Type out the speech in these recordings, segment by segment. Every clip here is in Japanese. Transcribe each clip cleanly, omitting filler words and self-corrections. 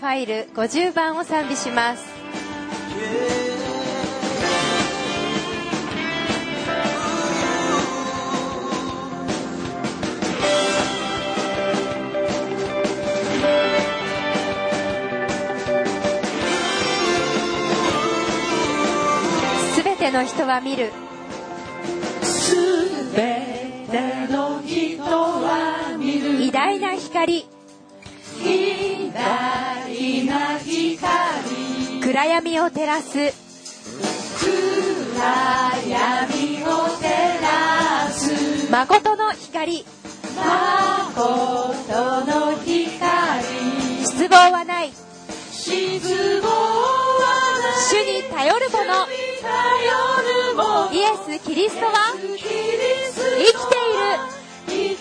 ファイル50番を賛美します。すべての人は見る。 すべての人は見る。 偉大な光。 偉大な光。 暗闇を照らす。 暗闇を照らす。 誠の光。 誠の光。 失望はない。 失望はない。 主に頼る者。イエス・キリストは生きている。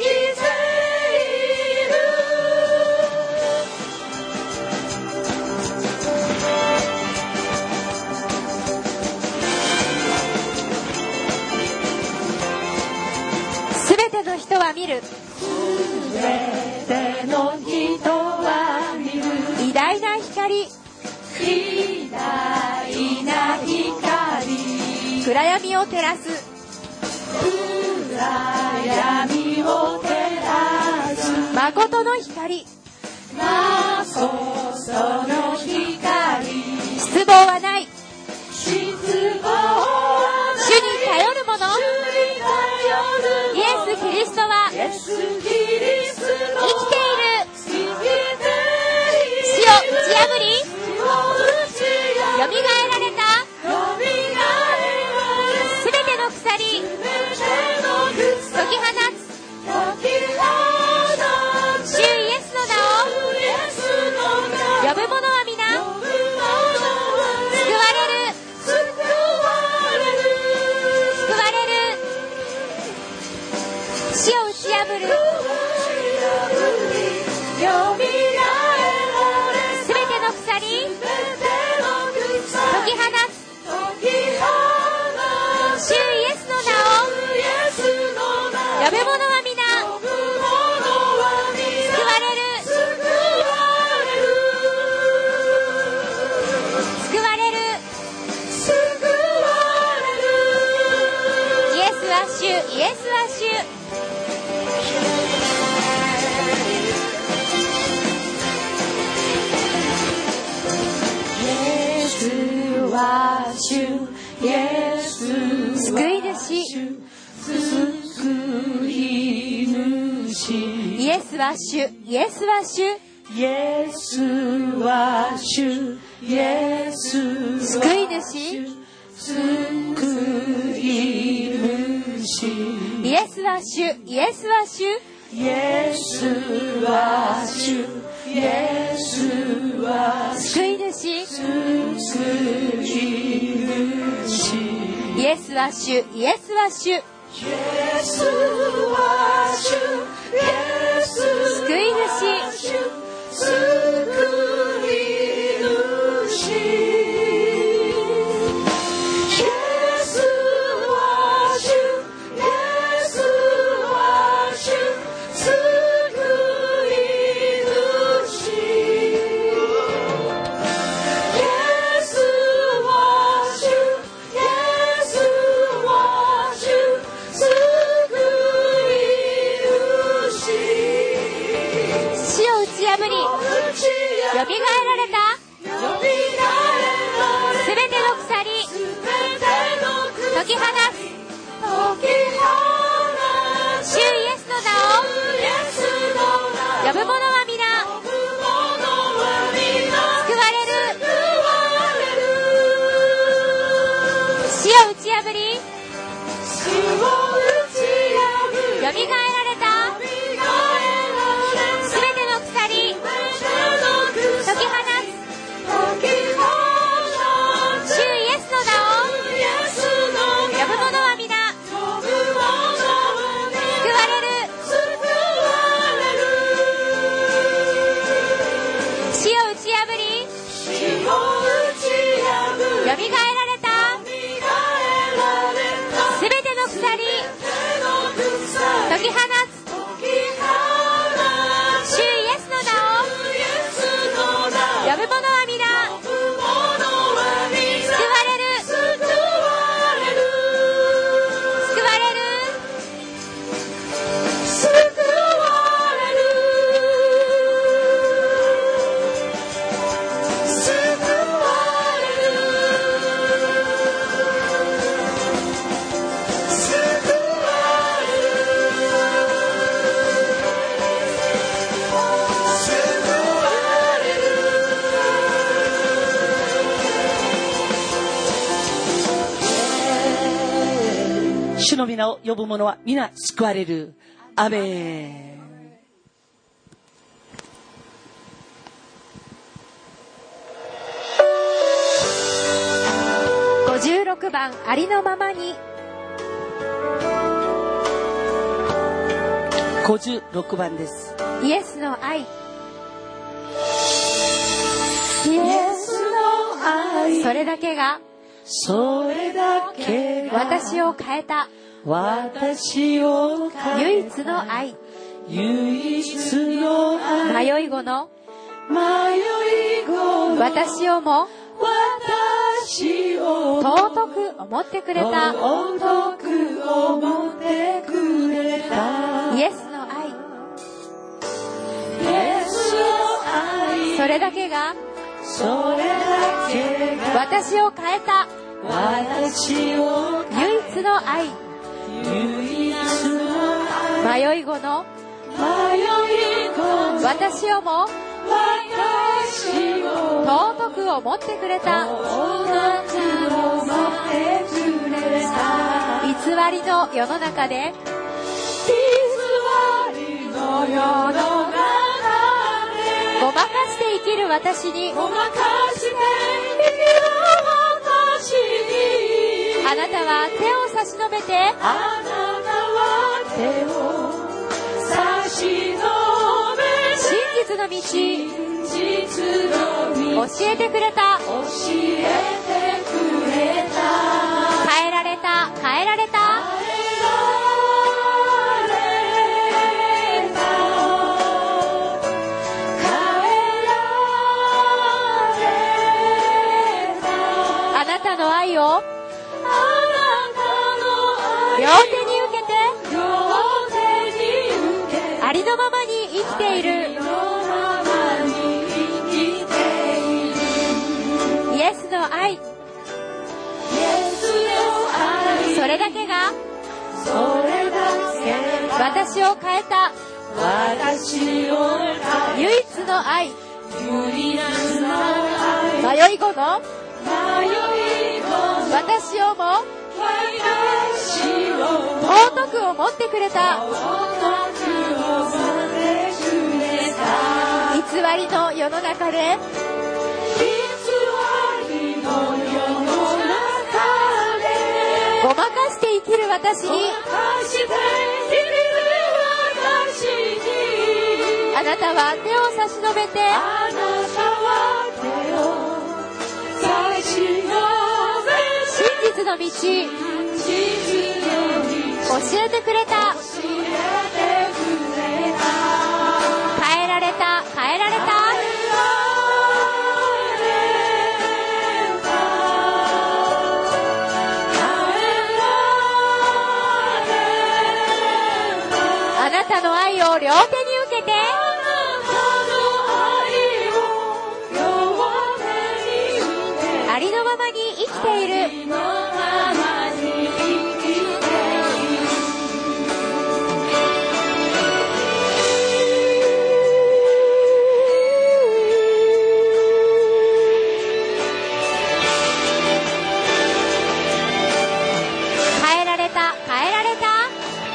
すべての人は見る。 すべての人は見る。 偉大な光。 偉大な光。 暗闇を照らす。 暗闇を照らす。 誠の光。 誠の光。 失望はない。 失望はない。 主に頼る者。イエス・キリストは生きている。死を打ち破り、よみがえられた。すべての鎖解き放つ。主イエスの名を呼ぶ者は皆救われる。救われる。死を打ち破る。すべての鎖解き放つ。主イエスの名を呼ぶ者は皆救われる。救われる。イエスは主。イエスは主。 イエス救い主。 救い主。 イエスは主。イエスは主。 イエスは主。イエス救い主。 救い主。 イエスは主。イエスは主。 イエスは主。イエスは救い主。イエスは主。イエスは主。 イエスは主。 救い主。 救い主。イエスは主。イエスは主。救い主。イエスは主。イエスは主。救い主。 死を打ち破り、よみがえられた。すべての鎖解き放つ。主イエスの名を呼ぶ者は皆救われる。死を打ち破り、よみがえられた。すべての鎖解き放つ。主イエスの名を呼ぶ者は皆主の皆を呼ぶ者は皆救われる。アメン。 56番ありのままに。 56番です。 イエスの愛。イエスの愛、 それだけがそれだけが私を変えた私を変え唯一の愛。 唯一の愛、 迷い子の迷い子の私をも私を尊く思ってくれた尊く思ってくれたイエスの愛。 イエスの愛、 それだけがそれだけが私を変えた私を唯一の愛。 唯一の愛、 迷い子の迷い子の私をも私を尊く思ってくれた尊く思ってくれた偽りの世の中で偽りの世の中でごまかして生きる私にごまかして生きる私にあなたは手を差し伸べてあなたは手を差し伸べ真実の道真実の道教えてくれた。 教えてくれた変えられた変えられたあなたの愛を両手に受けてありのままに生きているイエスの愛。それだけが私を変えた唯一の愛。迷い子の私をも尊く思ってくれた偽りの世の中でごまかして生きる私にあなたは手を差し伸べて真実の道教えてくれた。変えられた変えられたあなたの愛を両手に受けてありのままに生きている変えられた変えられた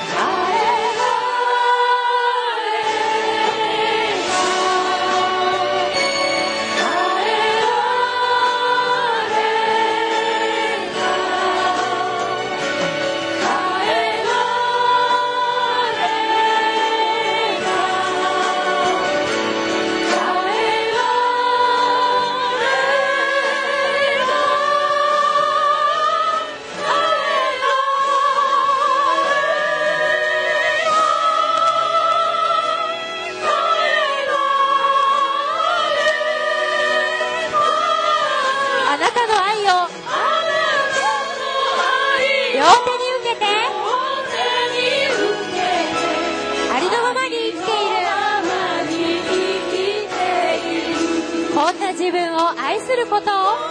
両手に受けてありのままに生きているこんな自分を愛することを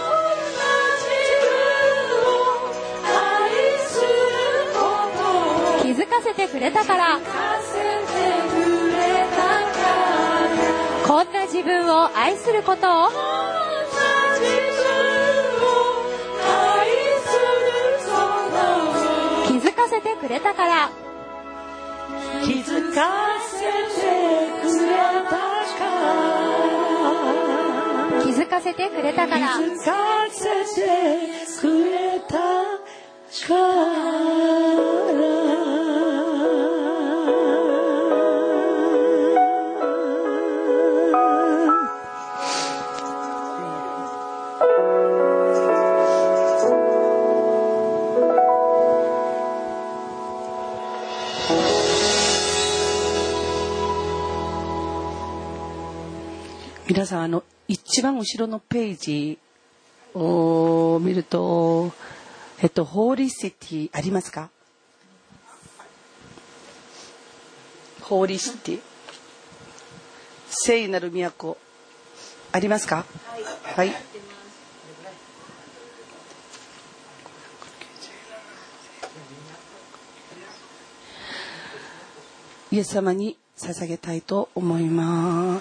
気づかせてくれたからこんな自分を愛することを気づかせてくくれたから。 気づかせてくれたから気づかせてくれたから。 気づかせてくれたから皆さん、一番後ろのページを見ると、ホーリーシティありますか？ホーリーシティ、聖なる都ありますか？はい、はい。イエス様に捧げたいと思います。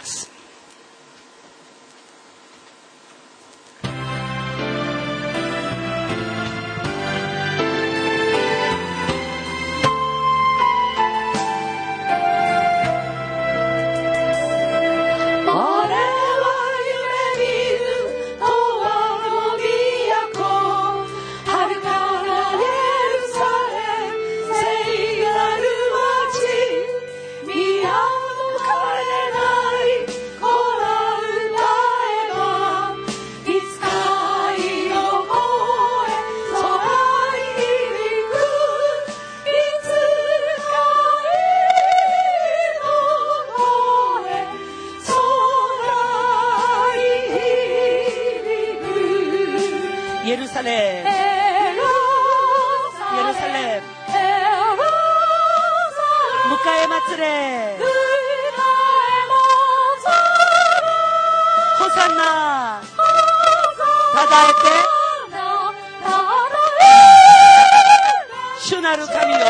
主なる神よ、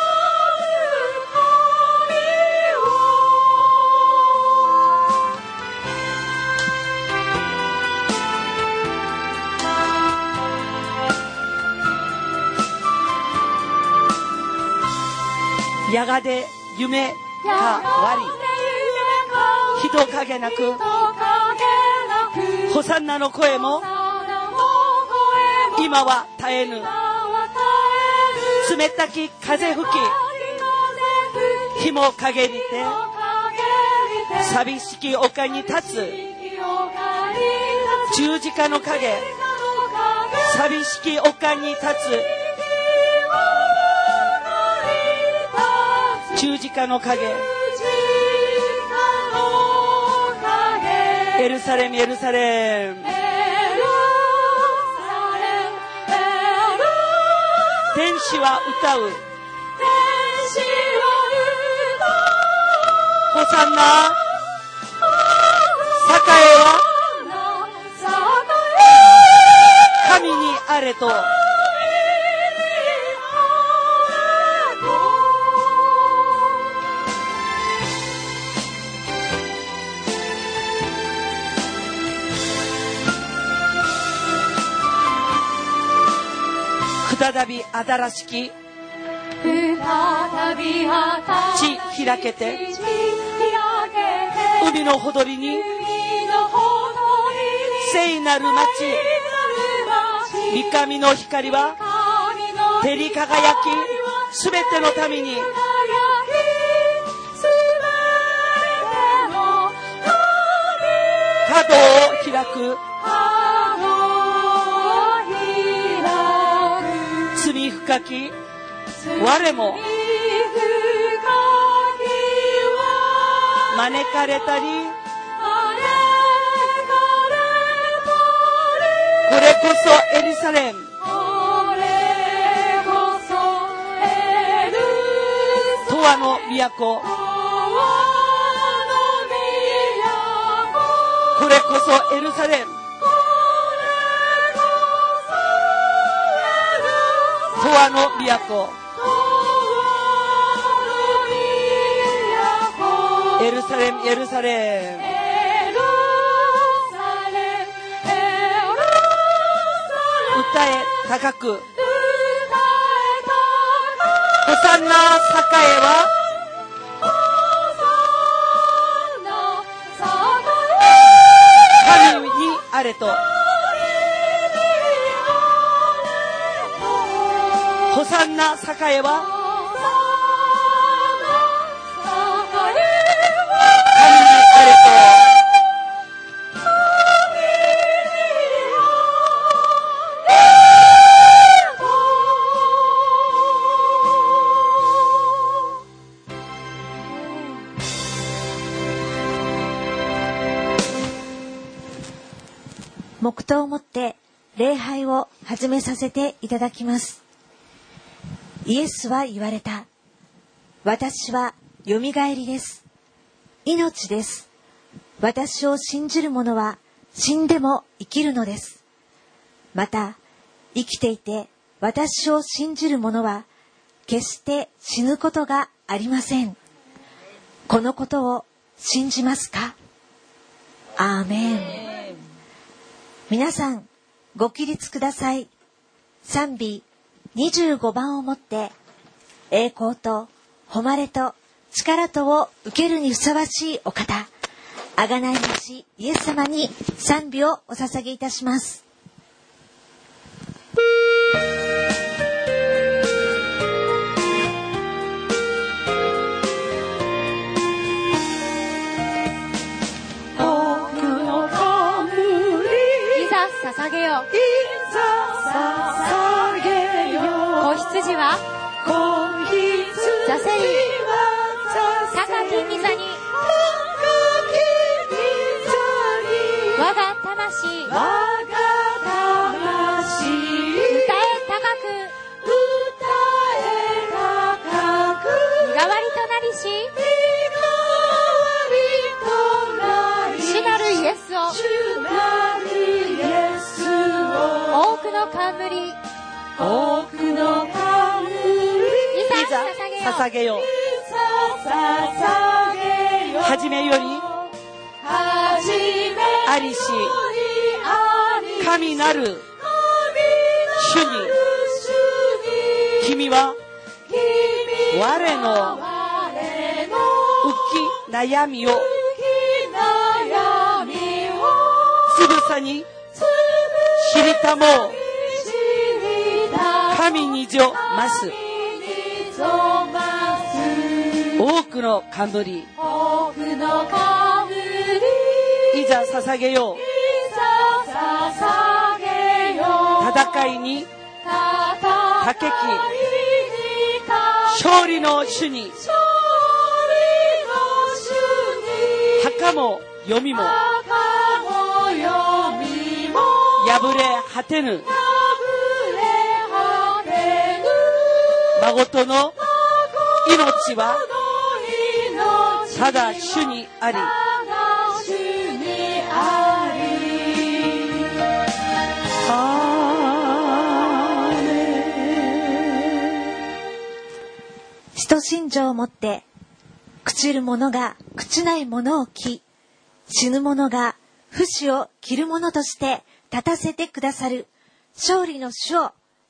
やがて夢変わり、人影なく、ホサンナの声も今は絶えぬ。冷たき風吹き、日も陰りて寂しき丘に立つ。十字架の影、寂しき丘に立つ。十字架の影、エルサレム、エルサレム。天使は歌う。ホサンナ、栄は神にあれと。再び新しき地開けて、海のほとりに聖なる町、御神の光は照り輝き、すべての民に角を開く。罪深き我も招かれたり、これこそエルサレム、永遠の都、これこそエルサレム、永遠の都、エルサレム、エルサレム。歌え高く、 ホサンナ栄は神にあれと。ホサンナ栄は神にあれと。 黙祷をもって礼拝を始めさせていただきます。イエスは言われた。私はよみがえりです。命です。私を信じる者は死んでも生きるのです。また、生きていて私を信じる者は決して死ぬことがありません。このことを信じますか？アーメン。皆さん、ご起立ください。賛美25番をもって、栄光と誉れと力とを受けるにふさわしいお方、贖い主イエス様に賛美をお捧げいたします。 捧げよう。子羊は座せり高き御座に我が魂歌え高く身代わりとなりし主なるイエスを多くの冠捧げよう。はじめよりありし神なる主に君は我の浮き悩みをつぶさに知りたもう。神にじょます多くの冠いざ捧げよう。戦いにたけき勝利の主に墓も読みも破れ果てぬ誠の命はただ主にあり。 使徒信条をもって朽ちる者が朽ちない者を着、死ぬ者が不死を着る者として立たせてくださる勝利の主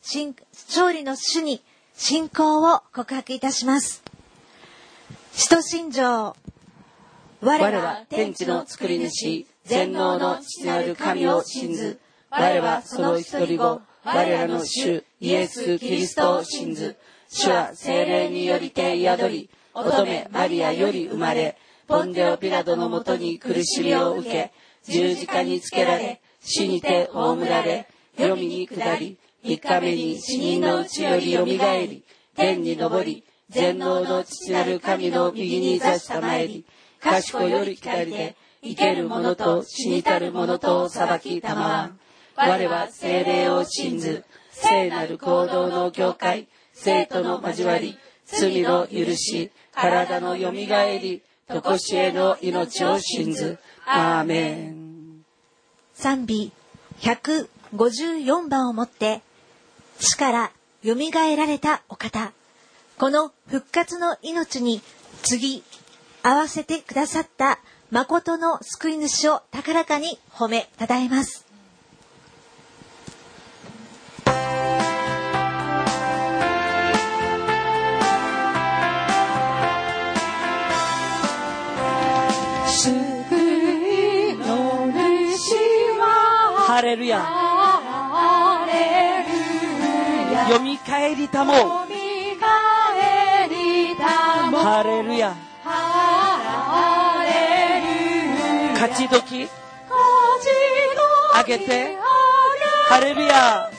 に信仰を告白いたします。使徒信条。 我は天地の作り主全能の父なる神を信ず。我はその一人子我らの主イエス・キリストを信ず。主は聖霊によりて宿り、乙女マリアより生まれ、ポンデオピラドのもとに苦しみを受け、十字架につけられ、死にて葬られ、黄泉に下り、3日目に死人のうちよりよみがえり、天に昇り、全能の父なる神の右に座したまえり、賢より左で、生ける者と死にたる者とを裁きたまわん。我は聖霊を信ず、聖なる行動の教会、生徒の交わり、罪の許し、体のよみがえり、とこしえの命を信ず。アーメン。 賛美154番をもって、死からよみがえられたお方、この復活の命に次合わせてくださった誠の救い主を高らかに褒めたたえます。 ハレルヤ。 ハレルヤ。 よみかえりたもう。 よみかえりたもう。 ハレルヤ。 ハレルヤ。 勝ち時あげて。ハレルヤ。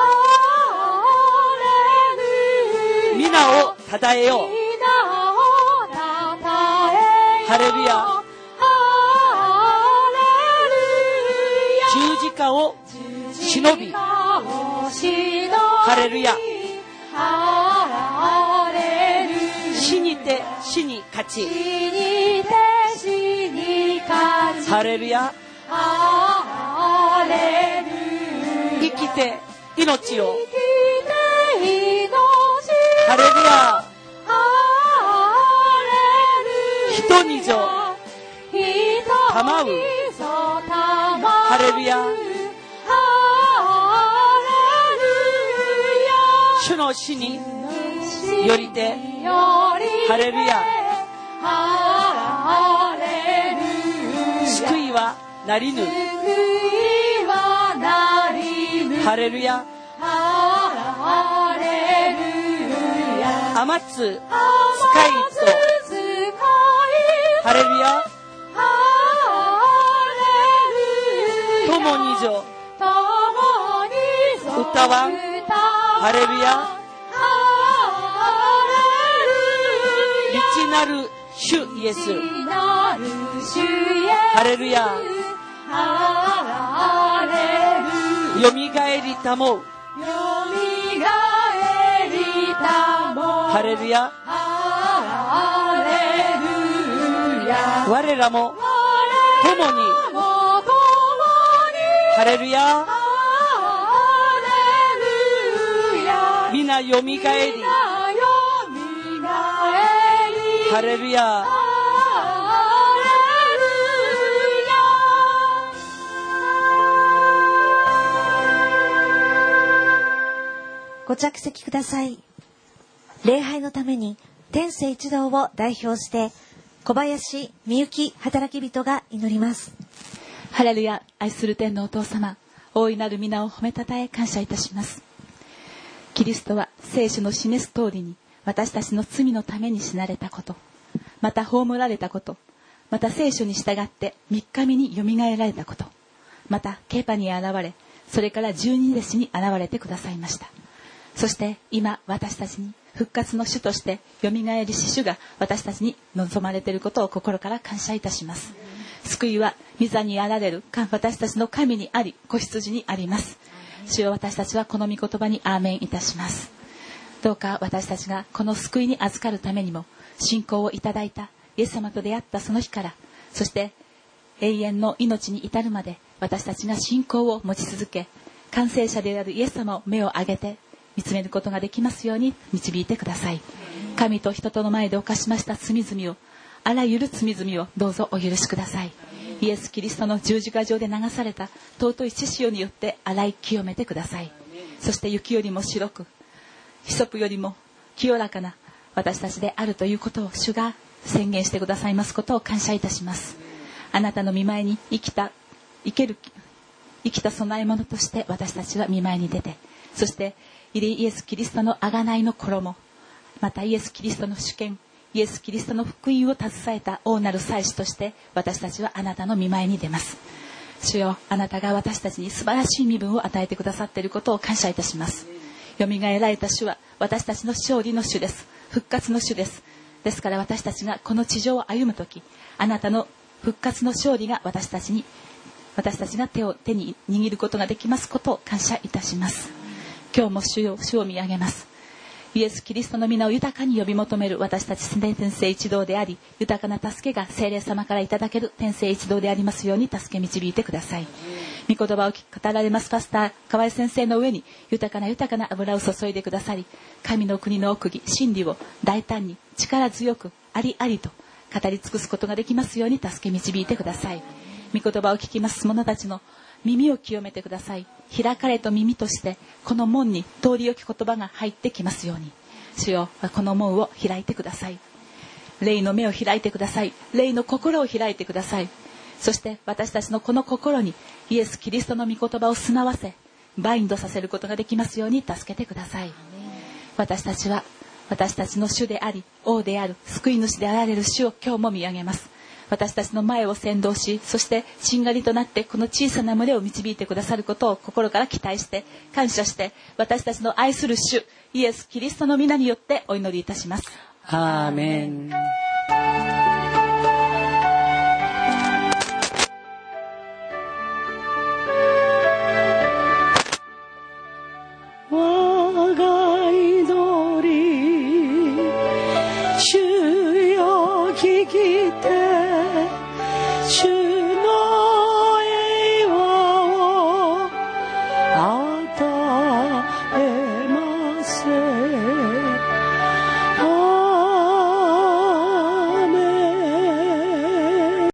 皆をたたえよう。ハレルヤ。十字架を忍び。ハレルヤ。死にて死に勝ち。ハレルヤ。生きて命を。ハレルヤ。人にぞたまう。ハレルヤ。主の死によりて。ハレルヤ。救いはなりぬ。ハレルヤ。天津使いと。ハレルヤ。共にぞ歌わん。ハレルヤ。利なる主イエス。ハレルヤ。よみがえりたもう。ハレルヤ。我らも共に。ハレルヤ。皆よみがえり。ハレルヤ。 ご着席ください。礼拝のために天聖一同を代表して小林みゆき働き人が祈ります。 ハレルヤ。愛する天のお父様、大いなる皆を褒めたたえ感謝いたします。キリストは聖書の示す通りに私たちの罪のために死なれたこと、また葬られたこと、また聖書に従って3日目によみがえられたこと、またケパに現れ、それから十二弟子に現れてくださいました。そして今私たちに復活の主としてよみがえりし主が私たちに望まれていることを心から感謝いたします。救いは御座にあられる私たちの神にあり、子羊にあります。主よ、私たちはこの御言葉にアーメンいたします。どうか私たちがこの救いに預かるためにも、信仰をいただいたイエス様と出会ったその日から、そして永遠の命に至るまで私たちが信仰を持ち続け、完成者であるイエス様を目を上げて見つめることができますように導いてください。神と人との前で犯しました罪々を、あらゆる罪々をどうぞお許しください。イエス・キリストの十字架上で流された尊い血潮によって洗い清めてください。そして雪よりも白く、ヒソプよりも清らかな私たちであるということを主が宣言してくださいますことを感謝いたします。あなたの御前に生きた供え物として私たちは御前に出て、そしてイエス・キリストの贖いの衣、またイエス・キリストの主権、イエス・キリストの福音を携えた大なる祭司として私たちはあなたの御前に出ます。主よ、あなたが私たちに素晴らしい身分を与えてくださっていることを感謝いたします。よみがえられた主は私たちの勝利の主です。復活の主です。ですから私たちがこの地上を歩むとき、あなたの復活の勝利が私たちが手に握ることができますことを感謝いたします。今日も主を見上げます。イエス・キリストの皆を豊かに呼び求める私たち天聖一同であり、豊かな助けが聖霊様からいただける天聖一同でありますように助け導いてください。御言葉を語られますパスター河合先生の上に豊かな油を注いでくださり、神の国の奥義真理を大胆に力強くありありと語り尽くすことができますように助け導いてください。御言葉を聞きます者たちの耳を清めてください。開かれた耳としてこの門に通りよき言葉が入ってきますように、主よ、この門を開いてください。霊の目を開いてください。霊の心を開いてください。 そして私たちのこの心にイエス・キリストの御言葉を住まわせ、バインドさせることができますように助けてください。私たちは私たちの主であり王である救い主であられる主を今日も見上げます。私たちの前を先導し、そしてしんがりとなってこの小さな群れを導いてくださることを心から期待して感謝して、私たちの愛する主イエス・キリストの皆によってお祈りいたします。 アーメン。